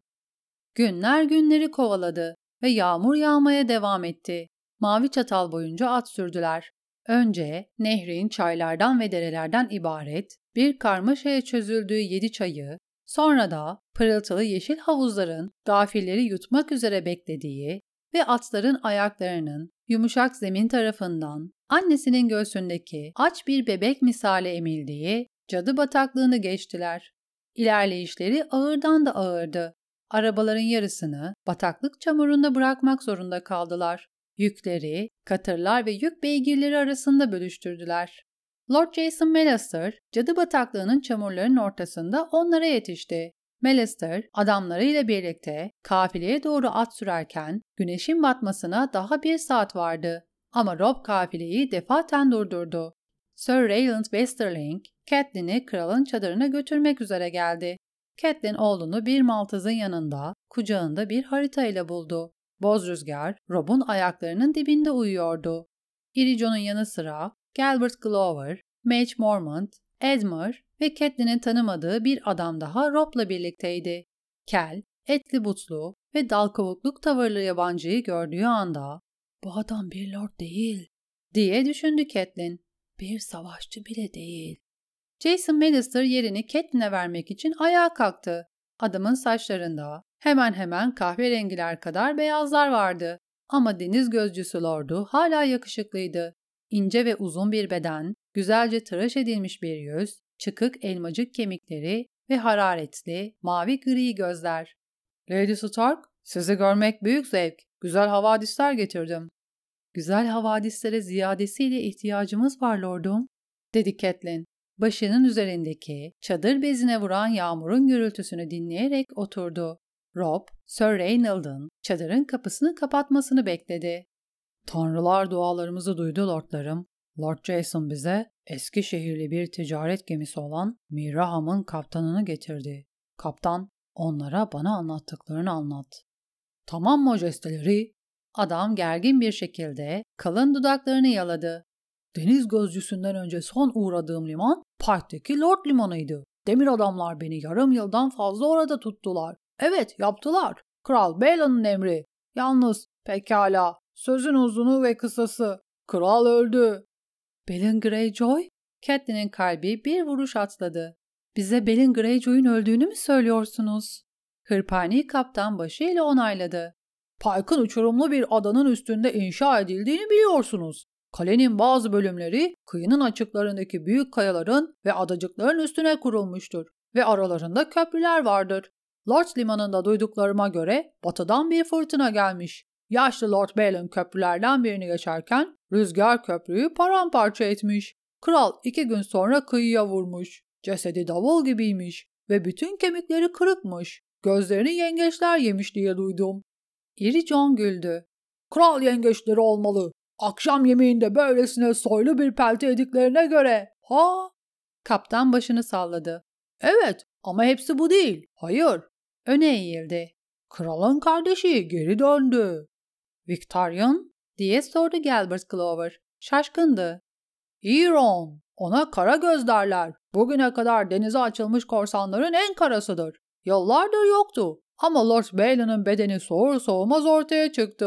Günler günleri kovaladı ve yağmur yağmaya devam etti. Mavi Çatal boyunca at sürdüler. Önce nehrin çaylardan ve derelerden ibaret bir karmaşaya çözüldüğü 7 çayı, sonra da pırıltılı yeşil havuzların gafilleri yutmak üzere beklediği ve atların ayaklarının yumuşak zemin tarafından annesinin göğsündeki aç bir bebek misali emildiği cadı bataklığını geçtiler. İlerleyişleri ağırdan da ağırdı. Arabaların yarısını bataklık çamurunda bırakmak zorunda kaldılar. Yükleri, katırlar ve yük beygirleri arasında bölüştürdüler. Lord Jason Mallister, cadı bataklığının çamurların ortasında onlara yetişti. Mallister, adamlarıyla birlikte kafileye doğru at sürerken güneşin batmasına daha 1 saat vardı. Ama Robb kafileyi defaten durdurdu. Sir Rayland Westerling, Catelyn'i kralın çadırına götürmek üzere geldi. Catelyn oğlunu bir maltazın yanında, kucağında bir haritayla buldu. Boz rüzgar, Robb'un ayaklarının dibinde uyuyordu. Irijon'un yanı sıra Galbert Glover, Maege Mormont, Edmure ve Catelyn'in tanımadığı bir adam daha Robb'la birlikteydi. Kel, etli butlu ve dal kavukluk tavırlı yabancıyı gördüğü anda "Bu adam bir lord değil," diye düşündü Catelyn. "Bir savaşçı bile değil." Jason Mallister yerini Catelyn'e vermek için ayağa kalktı. Adamın saçlarında hemen hemen kahverengiler kadar beyazlar vardı. Ama deniz gözcüsü lordu hala yakışıklıydı. İnce ve uzun bir beden, güzelce tıraş edilmiş bir yüz, çıkık elmacık kemikleri ve hararetli, mavi gri gözler. "Lady Stark, sizi görmek büyük zevk. Güzel havadisler getirdim." "Güzel havadislere ziyadesiyle ihtiyacımız var lordum," dedi Catelyn. Başının üzerindeki çadır bezine vuran yağmurun gürültüsünü dinleyerek oturdu. Robb, Sir Reynold'un çadırın kapısını kapatmasını bekledi. "Tanrılar dualarımızı duydu lordlarım. Lord Jason bize Eskişehirli bir ticaret gemisi olan Miraham'ın kaptanını getirdi. Kaptan, onlara bana anlattıklarını anlat." "Tamam majesteleri." Adam gergin bir şekilde kalın dudaklarını yaladı. "Deniz gözcüsünden önce son uğradığım liman Park'taki Lord limanıydı. Demir adamlar beni yarım yıldan fazla orada tuttular. Evet, yaptılar. Kral Baelan'ın emri. Yalnız pekala, sözün uzunu ve kısası. Kral öldü." "Balon Greyjoy?" Catelyn'in kalbi bir vuruş atladı. "Bize Balon Greyjoy'un öldüğünü mü söylüyorsunuz?" Hırpani kaptan başıyla onayladı. "Pike'ın uçurumlu bir adanın üstünde inşa edildiğini biliyorsunuz. Kalenin bazı bölümleri kıyının açıklarındaki büyük kayaların ve adacıkların üstüne kurulmuştur ve aralarında köprüler vardır. Lord limanında duyduklarıma göre batıdan bir fırtına gelmiş. Yaşlı Lord Balon köprülerden birini geçerken rüzgar köprüyü paramparça etmiş. Kral 2 gün sonra kıyıya vurmuş. Cesedi davul gibiymiş ve bütün kemikleri kırıkmış. Gözlerini yengeçler yemiş diye duydum." Irijon güldü. "Kral yengeçleri olmalı. Akşam yemeğinde böylesine soylu bir pelte yediklerine göre." "Ha?" Kaptan başını salladı. "Evet, ama hepsi bu değil. Hayır." Öne eğildi. "Kralın kardeşi geri döndü." "Victarion?" diye sordu Galbert Glover. Şaşkındı. "Euron. Ona kara göz derler. Bugüne kadar denize açılmış korsanların en karasıdır. Yıllardır yoktu. Ama Lord Baelan'ın bedeni soğur soğumaz ortaya çıktı.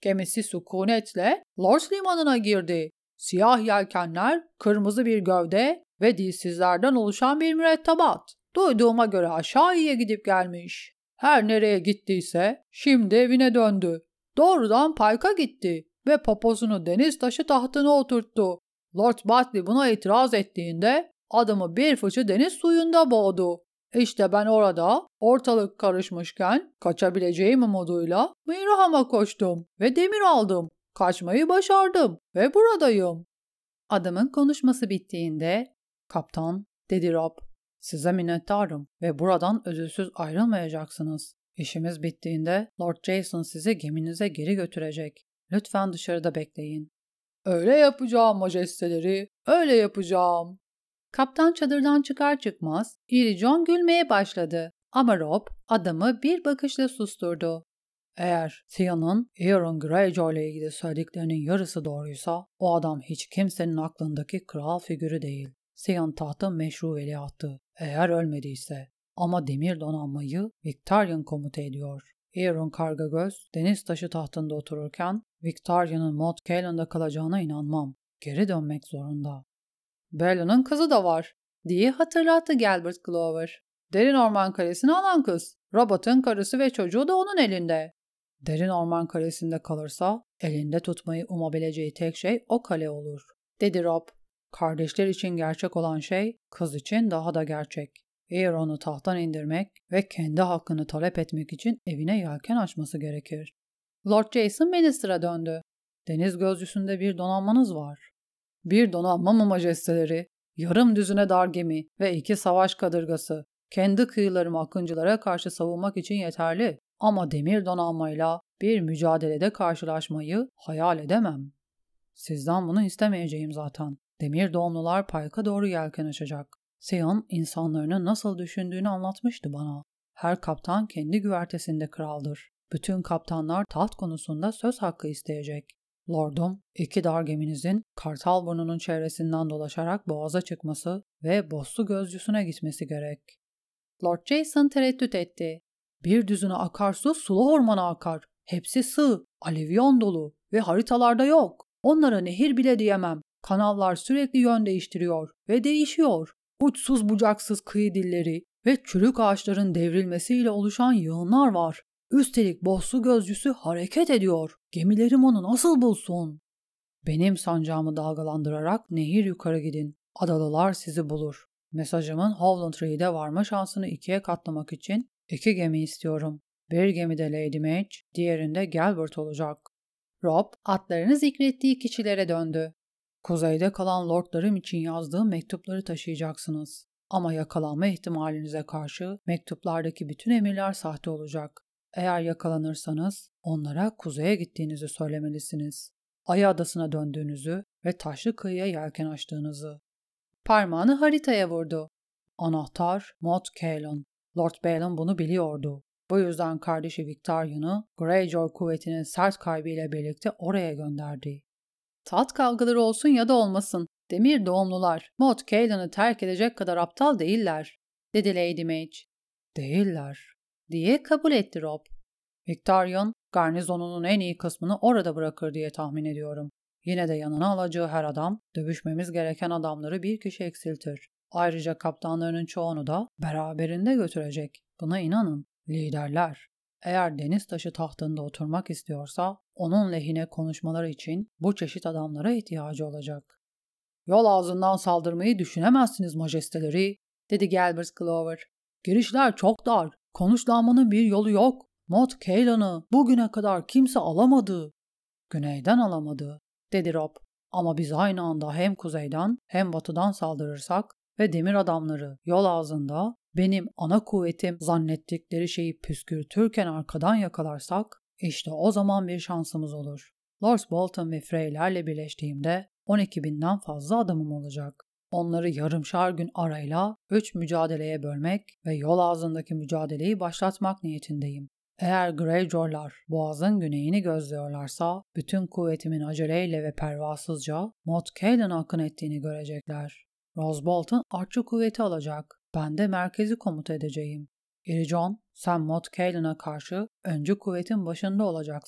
Gemisi sükunetle Lord limanına girdi. Siyah yelkenler, kırmızı bir gövde ve dilsizlerden oluşan bir mürettebat. Duyduğuma göre aşağıya gidip gelmiş. Her nereye gittiyse şimdi evine döndü. Doğrudan Pike'a gitti ve poposunu deniz taşı tahtına oturttu. Lord Batley buna itiraz ettiğinde adamı bir fıçı deniz suyunda boğdu. İşte ben orada ortalık karışmışken kaçabileceğim umuduyla Miraham'a koştum ve demir aldım. Kaçmayı başardım ve buradayım. Adamın konuşması bittiğinde, "Kaptan," dedi Rob, "size minnettarım ve buradan özürsüz ayrılmayacaksınız. İşimiz bittiğinde Lord Jason sizi geminize geri götürecek. Lütfen dışarıda bekleyin." "Öyle yapacağım majesteleri, öyle yapacağım." Kaptan çadırdan çıkar çıkmaz İri John gülmeye başladı ama Rob adamı bir bakışla susturdu. Eğer Theon'un Euron Greyjoy ile ilgili söylediklerinin yarısı doğruysa o adam hiç kimsenin aklındaki kral figürü değil. Theon tahtın meşru veliahtı eğer ölmediyse. Ama demir donanmayı Victarion komuta ediyor. Euron Kargagöz deniz taşı tahtında otururken Victarion'un Moat Caillin'de kalacağına inanmam. Geri dönmek zorunda. "Bella'nın kızı da var," diye hatırlattı Galbert Glover. "Derin Orman Kalesi'ni alan kız. Robert'ın karısı ve çocuğu da onun elinde." "Derin Orman Kalesi'nde kalırsa elinde tutmayı umabileceği tek şey o kale olur," dedi Rob. "Kardeşler için gerçek olan şey kız için daha da gerçek. Euron'u tahttan indirmek ve kendi hakkını talep etmek için evine yelken açması gerekir." Lord Jason Minister'a döndü. "Deniz gözcüsünde bir donanmanız var." "Bir donanma mı majesteleri? Yarım düzine dar gemi ve 2 savaş kadırgası. Kendi kıyılarımı akıncılara karşı savunmak için yeterli. Ama demir donanmayla bir mücadelede karşılaşmayı hayal edemem." "Sizden bunu istemeyeceğim zaten. Demir doğumlular Pike'a doğru yelken açacak. Theon insanların nasıl düşündüğünü anlatmıştı bana. Her kaptan kendi güvertesinde kraldır. Bütün kaptanlar taht konusunda söz hakkı isteyecek. Lordum, 2 dar geminizin Kartalburnu'nun çevresinden dolaşarak boğaza çıkması ve Bossu gözcüsüne gitmesi gerek." Lord Jason tereddüt etti. "Bir düzine akarsu sulu ormana akar. Hepsi sığ, alivyon dolu ve haritalarda yok. Onlara nehir bile diyemem. Kanallar sürekli yön değiştiriyor ve değişiyor. Uçsuz bucaksız kıyı dilleri ve çürük ağaçların devrilmesiyle oluşan yığınlar var. Üstelik Bossu gözcüsü hareket ediyor. Gemilerim onu nasıl bulsun?" "Benim sancağımı dalgalandırarak nehir yukarı gidin. Adalılar sizi bulur. Mesajımın Howland Reed'e varma şansını 2'ye katlamak için 2 gemi istiyorum. Bir gemide Lady Mage, diğerinde Galbert olacak." Rob atlarını zikrettiği kişilere döndü. "Kuzeyde kalan lordlarım için yazdığım mektupları taşıyacaksınız. Ama yakalanma ihtimalinize karşı mektuplardaki bütün emirler sahte olacak. Eğer yakalanırsanız onlara kuzeye gittiğinizi söylemelisiniz. Ay Adası'na döndüğünüzü ve taşlı kıyıya yelken açtığınızı." Parmağını haritaya vurdu. "Anahtar Moat Cailin. Lord Balon bunu biliyordu. Bu yüzden kardeşi Victarion'u Greyjoy kuvvetinin sert kaybıyla birlikte oraya gönderdi." "Taht kavgaları olsun ya da olmasın. Demir doğumlular Moat Cailin'i terk edecek kadar aptal değiller," dedi Lady Mage. "Değiller," diye kabul etti Rob. "Victarion, garnizonunun en iyi kısmını orada bırakır diye tahmin ediyorum. Yine de yanına alacağı her adam, dövüşmemiz gereken adamları bir kişi eksiltir. Ayrıca kaptanlarının çoğunu da beraberinde götürecek. Buna inanın. Liderler. Eğer deniz taşı tahtında oturmak istiyorsa, onun lehine konuşmaları için bu çeşit adamlara ihtiyacı olacak." "Yol ağzından saldırmayı düşünemezsiniz majesteleri," dedi Galbert Glover. "Girişler çok dar. Konuşlanmanın bir yolu yok. Moat Cailin'i bugüne kadar kimse alamadı." "Güneyden alamadı," dedi Rob. "Ama biz aynı anda hem kuzeyden hem batıdan saldırırsak ve demir adamları yol ağzında benim ana kuvvetim zannettikleri şeyi püskürtürken arkadan yakalarsak işte o zaman bir şansımız olur. Lord Bolton ve Freylerle birleştiğimde 12.000'den fazla adamım olacak. Onları yarımşar gün arayla 3 mücadeleye bölmek ve yol ağzındaki mücadeleyi başlatmak niyetindeyim. Eğer Greyjoy'lar boğazın güneyini gözlüyorlarsa bütün kuvvetimin aceleyle ve pervasızca Moat Cailin'e akın ettiğini görecekler. Roose Bolton artçı kuvveti alacak. Ben de merkezi komuta edeceğim. İri John, sen Moat Cailin'e karşı öncü kuvvetin başında olacaksın.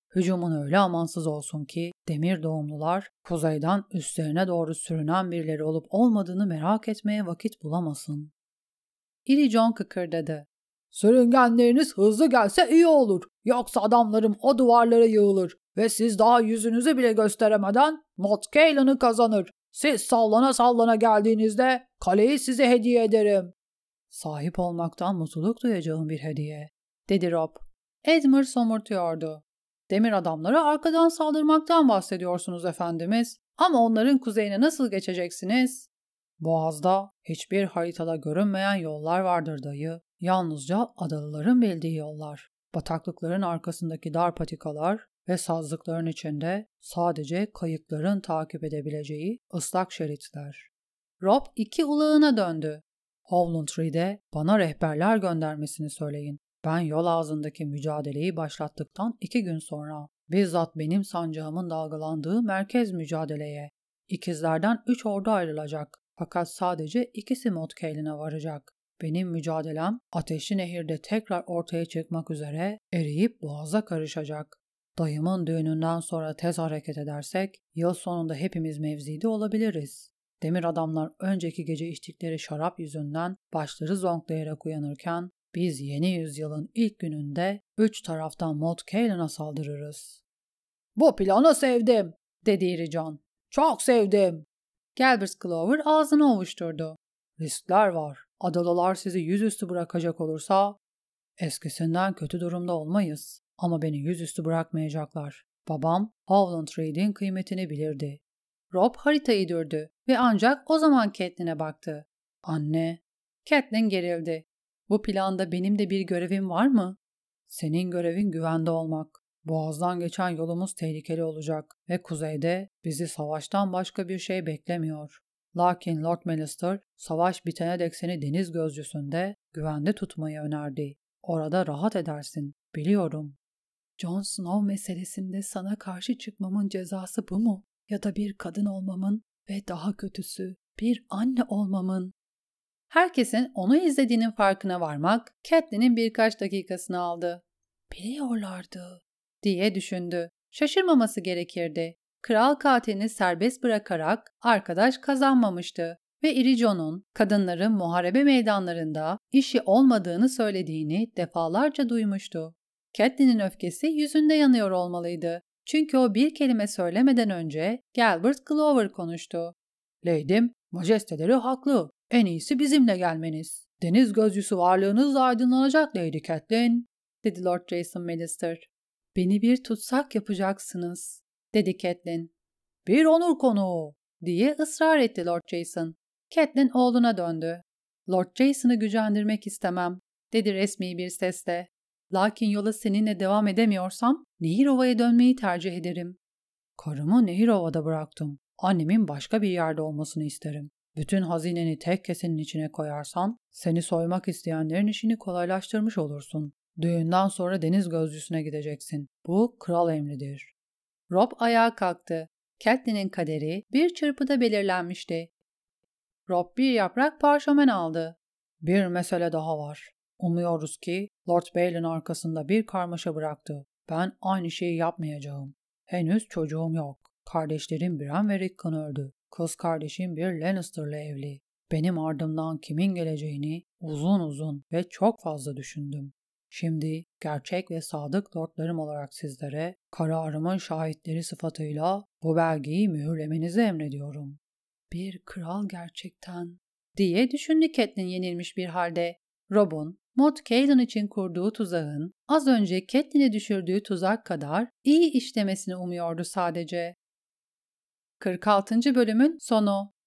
Hücumun öyle amansız olsun ki demir doğumlular kuzeyden üstlerine doğru sürünen birileri olup olmadığını merak etmeye vakit bulamasın. İri John kıkırdadı. Sürüngenleriniz hızlı gelse iyi olur. Yoksa adamlarım o duvarlara yığılır ve siz daha yüzünüzü bile gösteremeden Moat Caillan'ı kazanır. Siz sallana sallana geldiğinizde kaleyi size hediye ederim. Sahip olmaktan mutluluk duyacağım bir hediye, dedi Robb. Edmure somurtuyordu. Demir adamlara arkadan saldırmaktan bahsediyorsunuz efendimiz. Ama onların kuzeyine nasıl geçeceksiniz? Boğaz'da hiçbir haritada görünmeyen yollar vardır dayı. Yalnızca adalıların bildiği yollar. Bataklıkların arkasındaki dar patikalar ve sazlıkların içinde sadece kayıkların takip edebileceği ıslak şeritler. Robb iki ulağına döndü. Hovlundree'de bana rehberler göndermesini söyleyin. Ben yol ağzındaki mücadeleyi başlattıktan 2 gün sonra bizzat benim sancağımın dalgalandığı merkez mücadeleye. İkizlerden 3 ordu ayrılacak. Fakat sadece ikisi Moat Caillan'a varacak. Benim mücadelem Ateşli Nehir'de tekrar ortaya çıkmak üzere eriyip boğaza karışacak. Dayımın düğününden sonra tez hareket edersek yıl sonunda hepimiz mevzide olabiliriz. Demir adamlar önceki gece içtikleri şarap yüzünden başları zonklayarak uyanırken biz yeni yüzyılın ilk gününde 3 taraftan Moat Caillan'a saldırırız. Bu planı sevdim, dedi İri John. Çok sevdim. Galbert Clover ağzını ovuşturdu. Riskler var. Adalılar sizi yüzüstü bırakacak olursa eskisinden kötü durumda olmayız. Ama beni yüzüstü bırakmayacaklar. Babam Hovlundree'in kıymetini bilirdi. Robb haritayı dürdü ve ancak o zaman Catelyn'e baktı. Anne. Catelyn gerildi. Bu planda benim de bir görevim var mı? Senin görevin güvende olmak. Boğazdan geçen yolumuz tehlikeli olacak ve kuzeyde bizi savaştan başka bir şey beklemiyor. Lakin Lord Mallister savaş bitene dek seni deniz gözcüsünde güvende tutmayı önerdi. Orada rahat edersin, biliyorum. Jon Snow meselesinde sana karşı çıkmamın cezası bu mu? Ya da bir kadın olmamın ve daha kötüsü bir anne olmamın? Herkesin onu izlediğinin farkına varmak Catelyn'in birkaç dakikasını aldı. Biliyorlardı, diye düşündü. Şaşırmaması gerekirdi. Kral katilini serbest bırakarak arkadaş kazanmamıştı ve İri Jon'un kadınların muharebe meydanlarında işi olmadığını söylediğini defalarca duymuştu. Catelyn'in öfkesi yüzünde yanıyor olmalıydı. Çünkü o bir kelime söylemeden önce Galbert Clover konuştu. Lady'm, majesteleri haklı. En iyisi bizimle gelmeniz. Deniz gözcüsü varlığınızla aydınlanacak Lady Catelyn, dedi Lord Jason Mallister. Beni bir tutsak yapacaksınız, dedi Catelyn. Bir onur konuğu, diye ısrar etti Lord Jason. Catelyn oğluna döndü. Lord Jason'ı gücendirmek istemem, dedi resmi bir sesle. Lakin yola seninle devam edemiyorsam Nehirova'ya dönmeyi tercih ederim. Karımı Nehirova'da bıraktım. Annemin başka bir yerde olmasını isterim. Bütün hazineni tek kesenin içine koyarsan seni soymak isteyenlerin işini kolaylaştırmış olursun. Düğünden sonra deniz gözcüsüne gideceksin. Bu kral emridir. Robb ayağa kalktı. Catelyn'in kaderi bir çırpıda belirlenmişti. Robb bir yaprak parşömen aldı. Bir mesele daha var. Umuyoruz ki Lord Bael'in arkasında bir karmaşa bıraktı. Ben aynı şeyi yapmayacağım. Henüz çocuğum yok. Kardeşlerim Bran ve Rickon öldü. Kız kardeşim bir Lannister'la evli. Benim ardımdan kimin geleceğini uzun uzun ve çok fazla düşündüm. Şimdi gerçek ve sadık lordlarım olarak sizlere kararımın şahitleri sıfatıyla bu belgeyi mühürlemenizi emrediyorum. Bir kral gerçekten, diye düşündü Catelyn yenilmiş bir halde. Robb'un Moat Caillan için kurduğu tuzağın az önce Catelyn'i düşürdüğü tuzak kadar iyi işlemesini umuyordu sadece. 46. bölümün sonu.